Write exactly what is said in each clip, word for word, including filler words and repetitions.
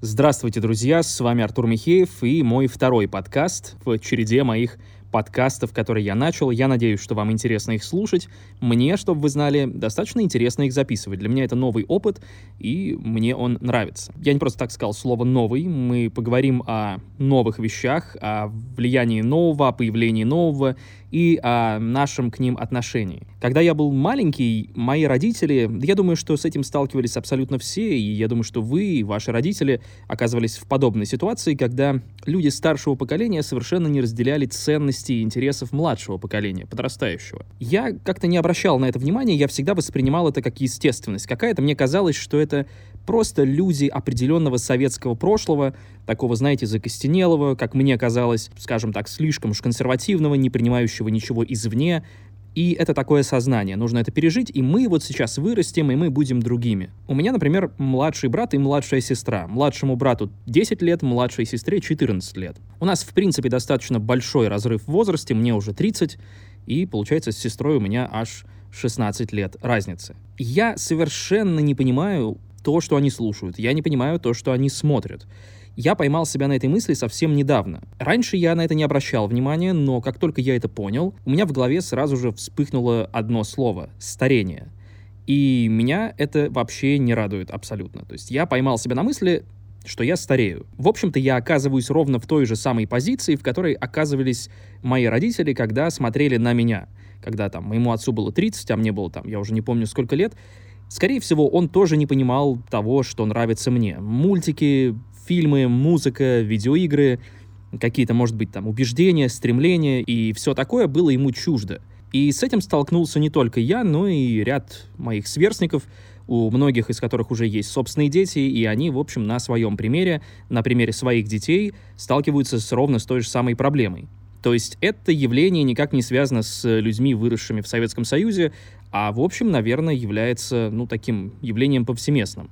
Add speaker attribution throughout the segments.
Speaker 1: Здравствуйте, друзья, с вами Артур Михеев и мой второй подкаст в череде моих подкастов, которые я начал. Я надеюсь, что вам интересно их слушать. Мне, чтобы вы знали, достаточно интересно их записывать. Для меня это новый опыт, и мне он нравится. Я не просто так сказал слово «новый». Мы поговорим о новых вещах, о влиянии нового, о появлении нового и о нашем к ним отношении. Когда я был маленький, мои родители, я думаю, что с этим сталкивались абсолютно все, и я думаю, что вы и ваши родители оказывались в подобной ситуации, когда люди старшего поколения совершенно не разделяли ценности и интересов младшего поколения, подрастающего. Я как-то не обращал на это внимания, я всегда воспринимал это как естественность какая-то. Мне казалось, что это просто люди определенного советского прошлого, такого, знаете, закостенелого, как мне казалось, скажем так, слишком уж консервативного, не принимающего ничего извне. И это такое сознание, нужно это пережить, и мы вот сейчас вырастем, и мы будем другими. У меня, например, младший брат и младшая сестра. Младшему брату десять лет, младшей сестре четырнадцать лет. У нас, в принципе, достаточно большой разрыв в возрасте, мне уже тридцать, и, получается, с сестрой у меня аж шестнадцать лет разницы. Я совершенно не понимаю то, что они слушают, я не понимаю то, что они смотрят. Я поймал себя на этой мысли совсем недавно. Раньше я на это не обращал внимания, но как только я это понял, у меня в голове сразу же вспыхнуло одно слово — старение. И меня это вообще не радует абсолютно. То есть я поймал себя на мысли, что я старею. В общем-то, я оказываюсь ровно в той же самой позиции, в которой оказывались мои родители, когда смотрели на меня. Когда там моему отцу было тридцать, а мне было там, я уже не помню сколько лет. Скорее всего, он тоже не понимал того, что нравится мне. Мультики, фильмы, музыка, видеоигры, какие-то, может быть, там убеждения, стремления и все такое было ему чуждо. И с этим столкнулся не только я, но и ряд моих сверстников, у многих из которых уже есть собственные дети, и они, в общем, на своем примере, на примере своих детей, сталкиваются с ровно с той же самой проблемой. То есть это явление никак не связано с людьми, выросшими в Советском Союзе, а, в общем, наверное, является, ну, таким явлением повсеместным.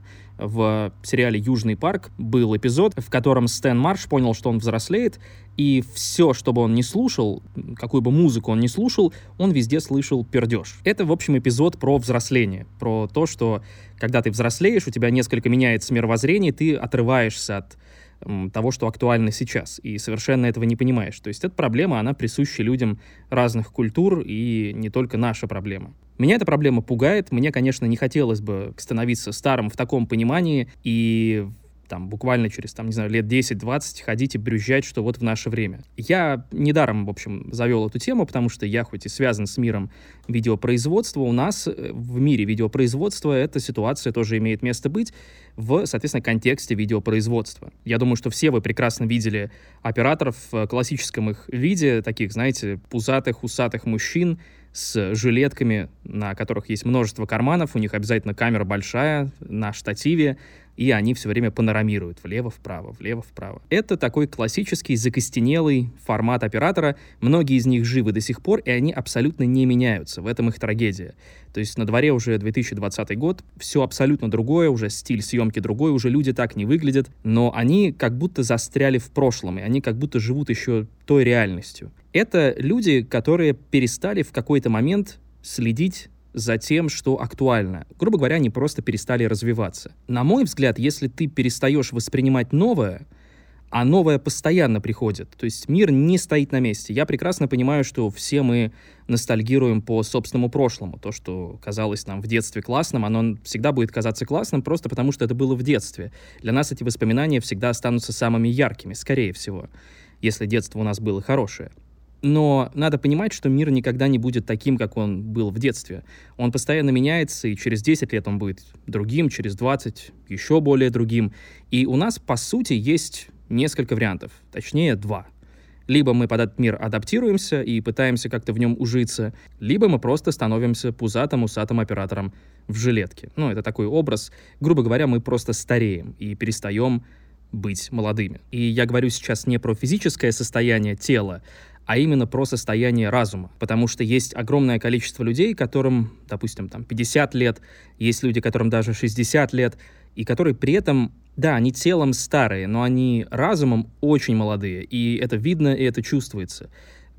Speaker 1: В сериале «Южный парк» был эпизод, в котором Стэн Марш понял, что он взрослеет, и все, что бы он ни слушал, какую бы музыку он ни слушал, он везде слышал пердеж. Это, в общем, эпизод про взросление, про то, что когда ты взрослеешь, у тебя несколько меняется мировоззрение, ты отрываешься от того, что актуально сейчас, и совершенно этого не понимаешь. То есть эта проблема, она присуща людям разных культур, и не только наша проблема. Меня эта проблема пугает, мне, конечно, не хотелось бы становиться старым в таком понимании, и там буквально через, там, не знаю, лет десять-двадцать ходить и брюзжать, что вот в наше время. Я недаром, в общем, завел эту тему, потому что я хоть и связан с миром видеопроизводства, у нас в мире видеопроизводства эта ситуация тоже имеет место быть в, соответственно, контексте видеопроизводства. Я думаю, что все вы прекрасно видели операторов в классическом их виде, таких, знаете, пузатых, усатых мужчин с жилетками, на которых есть множество карманов, у них обязательно камера большая на штативе, и они все время панорамируют влево-вправо, влево-вправо. Это такой классический закостенелый формат оператора. Многие из них живы до сих пор, и они абсолютно не меняются. В этом их трагедия. То есть на дворе уже две тысячи двадцатый год, все абсолютно другое, уже стиль съемки другой, уже люди так не выглядят, но они как будто застряли в прошлом, и они как будто живут еще той реальностью. Это люди, которые перестали в какой-то момент следить за тем, что актуально. Грубо говоря, они просто перестали развиваться. На мой взгляд, если ты перестаешь воспринимать новое, а новое постоянно приходит, то есть мир не стоит на месте. Я прекрасно понимаю, что все мы ностальгируем по собственному прошлому. То, что казалось нам в детстве классным, оно всегда будет казаться классным, просто потому что это было в детстве. Для нас эти воспоминания всегда останутся самыми яркими, скорее всего, если детство у нас было хорошее. Но надо понимать, что мир никогда не будет таким, как он был в детстве. Он постоянно меняется, и через десять лет он будет другим, через двадцать еще более другим. И у нас, по сути, есть несколько вариантов, точнее, два. Либо мы под этот мир адаптируемся и пытаемся как-то в нем ужиться, либо мы просто становимся пузатым, усатым оператором в жилетке. Ну, это такой образ. Грубо говоря, мы просто стареем и перестаем быть молодыми. И я говорю сейчас не про физическое состояние тела, а именно про состояние разума. Потому что есть огромное количество людей, которым, допустим, там пятьдесят лет, есть люди, которым даже шестьдесят лет, и которые при этом, да, они телом старые, но они разумом очень молодые, и это видно, и это чувствуется.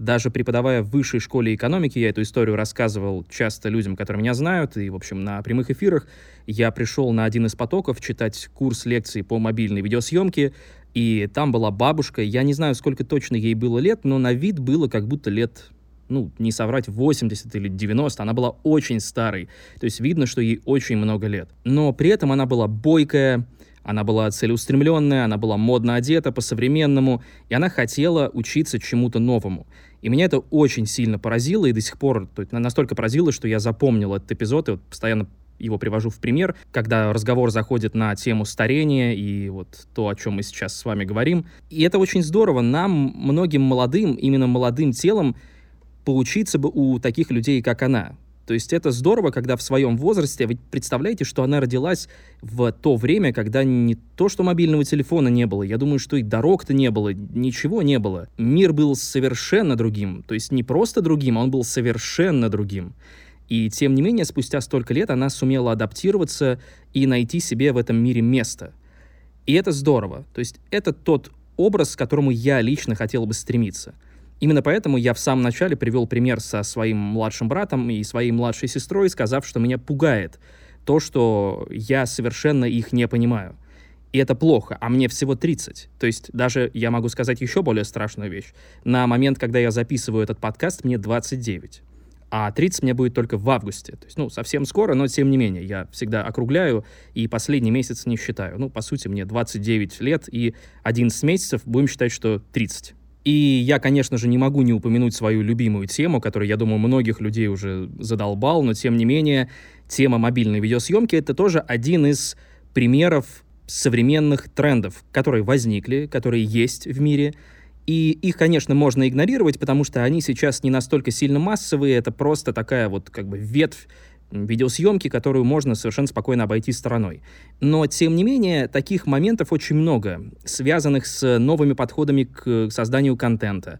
Speaker 1: Даже преподавая в высшей школе экономики, я эту историю рассказывал часто людям, которые меня знают, и, в общем, на прямых эфирах. Я пришел на один из потоков читать курс лекций по мобильной видеосъемке, и там была бабушка, я не знаю, сколько точно ей было лет, но на вид было как будто лет, ну, не соврать, восемьдесят или девяносто, она была очень старой, то есть видно, что ей очень много лет. Но при этом она была бойкая, она была целеустремленная, она была модно одета по-современному, и она хотела учиться чему-то новому. И меня это очень сильно поразило, и до сих пор то есть, настолько поразило, что я запомнил этот эпизод, и вот постоянно его привожу в пример, когда разговор заходит на тему старения и вот то, о чем мы сейчас с вами говорим. И это очень здорово. Нам, многим молодым, именно молодым телом, поучиться бы у таких людей, как она. То есть это здорово, когда в своем возрасте, вы представляете, что она родилась в то время, когда не то, что мобильного телефона не было, я думаю, что и дорог-то не было, ничего не было. Мир был совершенно другим, то есть не просто другим, а он был совершенно другим. И тем не менее, спустя столько лет она сумела адаптироваться и найти себе в этом мире место. И это здорово. То есть это тот образ, к которому я лично хотел бы стремиться. Именно поэтому я в самом начале привел пример со своим младшим братом и своей младшей сестрой, сказав, что меня пугает то, что я совершенно их не понимаю. И это плохо, а мне всего тридцать. То есть даже я могу сказать еще более страшную вещь. На момент, когда я записываю этот подкаст, мне двадцать девять. А тридцать мне будет только в августе. То есть, ну, совсем скоро, но тем не менее. Я всегда округляю и последний месяц не считаю. Ну, по сути, мне двадцать девять лет и одиннадцать месяцев, будем считать, что тридцать. И я, конечно же, не могу не упомянуть свою любимую тему, которую, я думаю, многих людей уже задолбал, но, тем не менее, тема мобильной видеосъемки — это тоже один из примеров современных трендов, которые возникли, которые есть в мире. И их, конечно, можно игнорировать, потому что они сейчас не настолько сильно массовые, это просто такая вот как бы ветвь видеосъемки, которую можно совершенно спокойно обойти стороной. Но, тем не менее, таких моментов очень много, связанных с новыми подходами к созданию контента,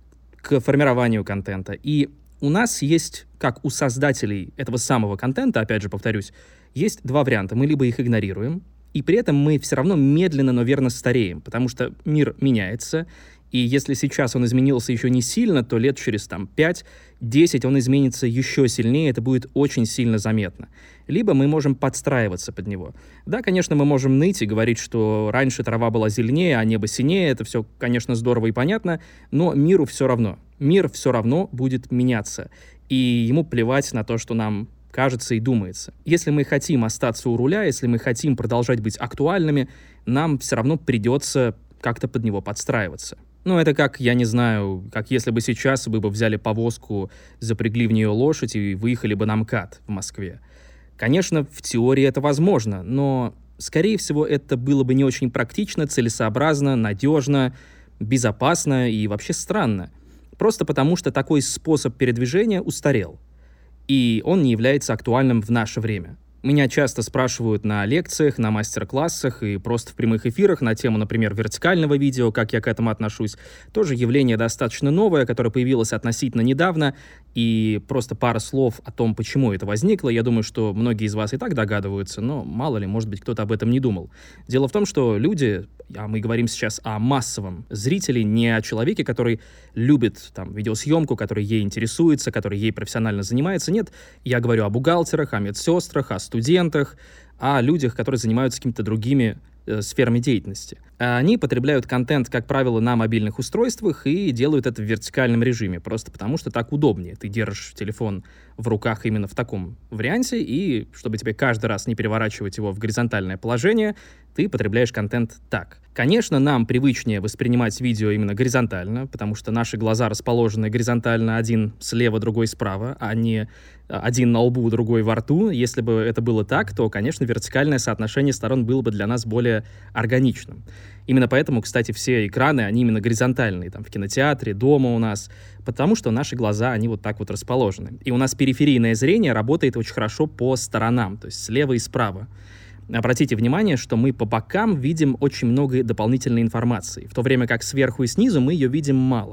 Speaker 1: к формированию контента. И у нас есть, как у создателей этого самого контента, опять же повторюсь, есть два варианта. Мы либо их игнорируем, и при этом мы все равно медленно, но верно стареем, потому что мир меняется, и если сейчас он изменился еще не сильно, то лет через там пять-десять он изменится еще сильнее, это будет очень сильно заметно. Либо мы можем подстраиваться под него. Да, конечно, мы можем ныть и говорить, что раньше трава была зеленее, а небо синее, это все, конечно, здорово и понятно, но миру все равно. Мир все равно будет меняться, и ему плевать на то, что нам кажется и думается. Если мы хотим остаться у руля, если мы хотим продолжать быть актуальными, нам все равно придется как-то под него подстраиваться. Ну, это как, я не знаю, как если бы сейчас вы бы взяли повозку, запрягли в нее лошадь и выехали бы на МКАД в Москве. Конечно, в теории это возможно, но, скорее всего, это было бы не очень практично, целесообразно, надежно, безопасно и вообще странно. Просто потому, что такой способ передвижения устарел, и он не является актуальным в наше время. Меня часто спрашивают на лекциях, на мастер-классах и просто в прямых эфирах на тему, например, вертикального видео, как я к этому отношусь. Тоже явление достаточно новое, которое появилось относительно недавно, и просто пара слов о том, почему это возникло. Я думаю, что многие из вас и так догадываются, но мало ли, может быть, кто-то об этом не думал. Дело в том, что люди, а мы говорим сейчас о массовом зрителе, не о человеке, который любит там видеосъемку, который ей интересуется, который ей профессионально занимается. Нет, я говорю о бухгалтерах, о медсестрах, о студентах, о людях, которые занимаются какими-то другими э, сферами деятельности. Они потребляют контент, как правило, на мобильных устройствах и делают это в вертикальном режиме, просто потому что так удобнее. Ты держишь телефон в руках именно в таком варианте, и чтобы тебе каждый раз не переворачивать его в горизонтальное положение, ты потребляешь контент так. Конечно, нам привычнее воспринимать видео именно горизонтально, потому что наши глаза расположены горизонтально, один слева, другой справа, а не один на лбу, другой во рту. Если бы это было так, то, конечно, вертикальное соотношение сторон было бы для нас более органичным. Именно поэтому, кстати, все экраны, они именно горизонтальные, там, в кинотеатре, дома у нас, потому что наши глаза, они вот так вот расположены. И у нас периферийное зрение работает очень хорошо по сторонам, то есть слева и справа. Обратите внимание, что мы по бокам видим очень много дополнительной информации, в то время как сверху и снизу мы ее видим мало.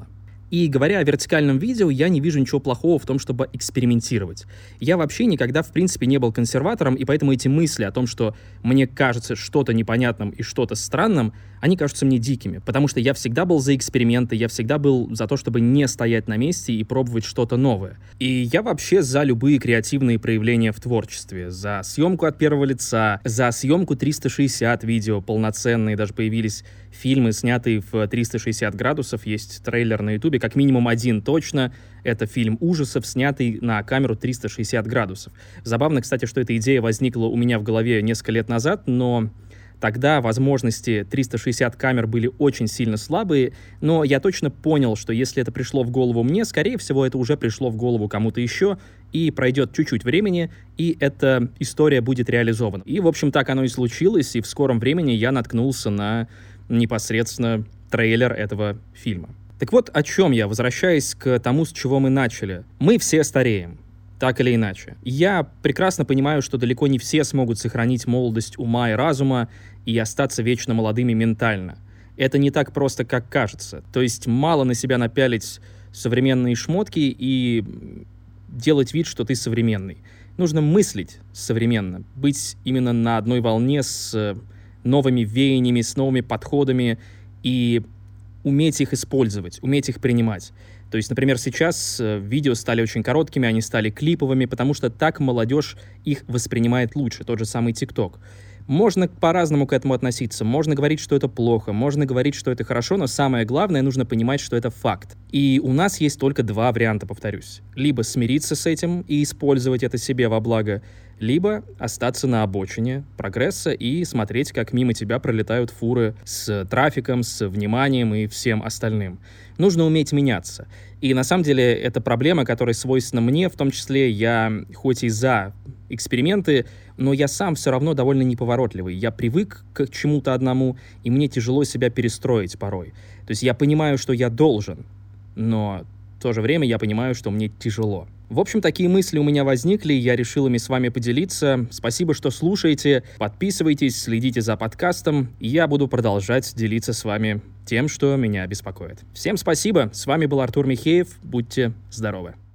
Speaker 1: И говоря о вертикальном видео, я не вижу ничего плохого в том, чтобы экспериментировать. Я вообще никогда, в принципе, не был консерватором, и поэтому эти мысли о том, что мне кажется что-то непонятным и что-то странным, они кажутся мне дикими, потому что я всегда был за эксперименты, я всегда был за то, чтобы не стоять на месте и пробовать что-то новое. И я вообще за любые креативные проявления в творчестве, за съемку от первого лица, за съемку триста шестьдесят видео полноценные, даже появились фильмы, снятые в триста шестьдесят градусов, есть трейлер на ютубе, как минимум один точно, это фильм ужасов, снятый на камеру триста шестьдесят градусов. Забавно, кстати, что эта идея возникла у меня в голове несколько лет назад, но тогда возможности триста шестьдесят камер были очень сильно слабые, но я точно понял, что если это пришло в голову мне, скорее всего, это уже пришло в голову кому-то еще, и пройдет чуть-чуть времени, и эта история будет реализована. И, в общем, так оно и случилось, и в скором времени я наткнулся на непосредственно трейлер этого фильма. Так вот, о чем я, возвращаясь к тому, с чего мы начали. Мы все стареем. Так или иначе. Я прекрасно понимаю, что далеко не все смогут сохранить молодость ума и разума и остаться вечно молодыми ментально. Это не так просто, как кажется. То есть мало на себя напялить современные шмотки и делать вид, что ты современный. Нужно мыслить современно, быть именно на одной волне с новыми веяниями, с новыми подходами и уметь их использовать, уметь их принимать. То есть, например, сейчас видео стали очень короткими, они стали клиповыми, потому что так молодежь их воспринимает лучше, тот же самый ТикТок. Можно по-разному к этому относиться, можно говорить, что это плохо, можно говорить, что это хорошо, но самое главное, нужно понимать, что это факт. И у нас есть только два варианта, повторюсь. Либо смириться с этим и использовать это себе во благо, либо остаться на обочине прогресса и смотреть, как мимо тебя пролетают фуры с трафиком, с вниманием и всем остальным. Нужно уметь меняться. И на самом деле это проблема, которая свойственна мне, в том числе я хоть и за эксперименты, но я сам все равно довольно неповоротливый. Я привык к чему-то одному, и мне тяжело себя перестроить порой. То есть я понимаю, что я должен, но в то же время я понимаю, что мне тяжело. В общем, такие мысли у меня возникли, я решил ими с вами поделиться. Спасибо, что слушаете, подписывайтесь, следите за подкастом, и я буду продолжать делиться с вами тем, что меня беспокоит. Всем спасибо, с вами был Артур Михеев, будьте здоровы.